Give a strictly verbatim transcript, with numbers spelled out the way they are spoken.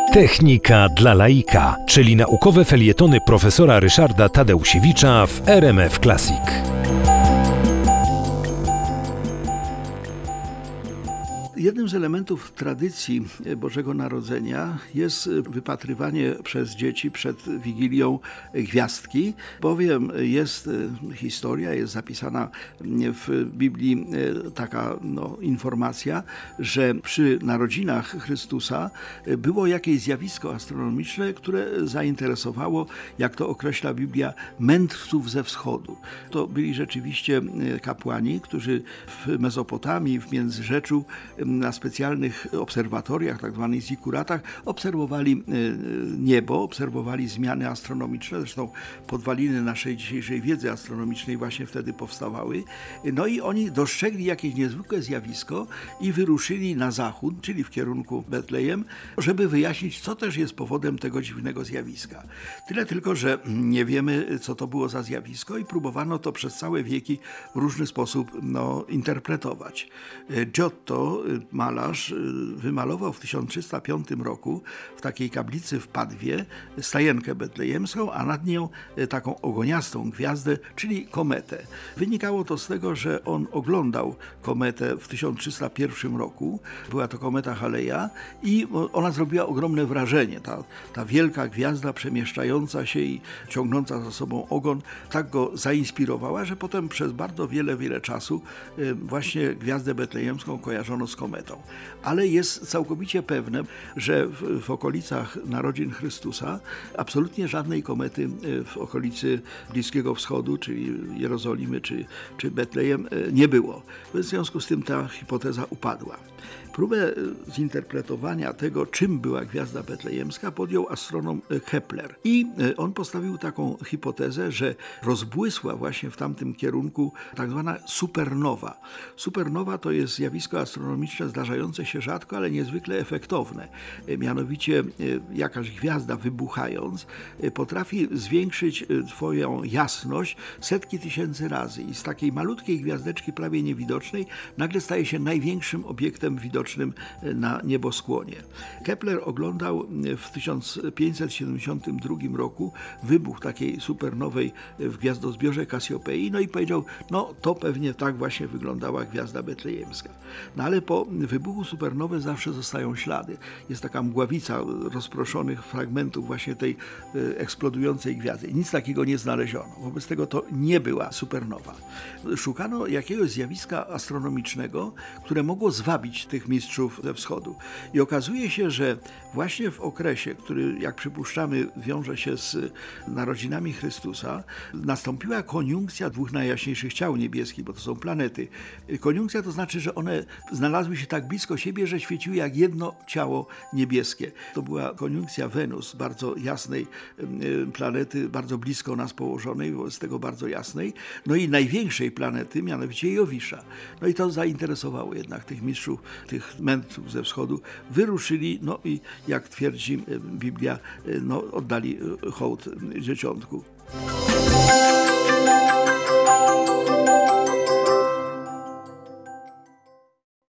Technika dla laika, czyli naukowe felietony profesora Ryszarda Tadeusiewicza w R M F Classic. Jednym z elementów tradycji Bożego Narodzenia jest wypatrywanie przez dzieci przed Wigilią gwiazdki, bowiem jest historia, jest zapisana w Biblii taka no, informacja, że przy narodzinach Chrystusa było jakieś zjawisko astronomiczne, które zainteresowało, jak to określa Biblia, mędrców ze wschodu. To byli rzeczywiście kapłani, którzy w Mezopotamii, w Międzyrzeczu, na specjalnych obserwatoriach, tak zwanych zikuratach, obserwowali niebo, obserwowali zmiany astronomiczne, zresztą podwaliny naszej dzisiejszej wiedzy astronomicznej właśnie wtedy powstawały. No i oni dostrzegli jakieś niezwykłe zjawisko i wyruszyli na zachód, czyli w kierunku Betlejem, żeby wyjaśnić, co też jest powodem tego dziwnego zjawiska. Tyle tylko, że nie wiemy, co to było za zjawisko i próbowano to przez całe wieki w różny sposób no, interpretować. Giotto, malarz, wymalował w tysiąc trzysta piątym roku w takiej kaplicy w Padwie stajenkę betlejemską, a nad nią taką ogoniastą gwiazdę, czyli kometę. Wynikało to z tego, że on oglądał kometę w tysiąc trzysta pierwszym roku. Była to kometa Haleja i ona zrobiła ogromne wrażenie. Ta, ta wielka gwiazda przemieszczająca się i ciągnąca za sobą ogon tak go zainspirowała, że potem przez bardzo wiele, wiele czasu właśnie gwiazdę betlejemską kojarzono z kometą. Ale jest całkowicie pewne, że w, w okolicach narodzin Chrystusa absolutnie żadnej komety w okolicy Bliskiego Wschodu, czyli Jerozolimy, czy, czy Betlejem nie było. W związku z tym ta hipoteza upadła. Próbę zinterpretowania tego, czym była gwiazda betlejemska, podjął astronom Kepler. I on postawił taką hipotezę, że rozbłysła właśnie w tamtym kierunku tak zwana supernowa. Supernowa to jest zjawisko astronomiczne zdarzające się rzadko, ale niezwykle efektowne. Mianowicie jakaś gwiazda wybuchając potrafi zwiększyć twoją jasność setki tysięcy razy i z takiej malutkiej gwiazdeczki prawie niewidocznej nagle staje się największym obiektem widocznym na nieboskłonie. Kepler oglądał w tysiąc pięćset siedemdziesiątym drugim roku wybuch takiej supernowej w gwiazdozbiorze Kasiopei, no i powiedział, no to pewnie tak właśnie wyglądała gwiazda betlejemska. No ale po wybuchu supernowy zawsze zostają ślady. Jest taka mgławica rozproszonych fragmentów właśnie tej eksplodującej gwiazdy. Nic takiego nie znaleziono. Wobec tego to nie była supernowa. Szukano jakiegoś zjawiska astronomicznego, które mogło zwabić tych mistrzów ze wschodu. I okazuje się, że właśnie w okresie, który, jak przypuszczamy, wiąże się z narodzinami Chrystusa, nastąpiła koniunkcja dwóch najjaśniejszych ciał niebieskich, bo to są planety. Koniunkcja to znaczy, że one znalazły się tak blisko siebie, że świeciły jak jedno ciało niebieskie. To była koniunkcja Wenus, bardzo jasnej planety, bardzo blisko nas położonej, wobec tego bardzo jasnej, no i największej planety, mianowicie Jowisza. No i to zainteresowało jednak tych mistrzów, tych mędrców ze wschodu. Wyruszyli, no i jak twierdzi Biblia, no, oddali hołd dzieciątku.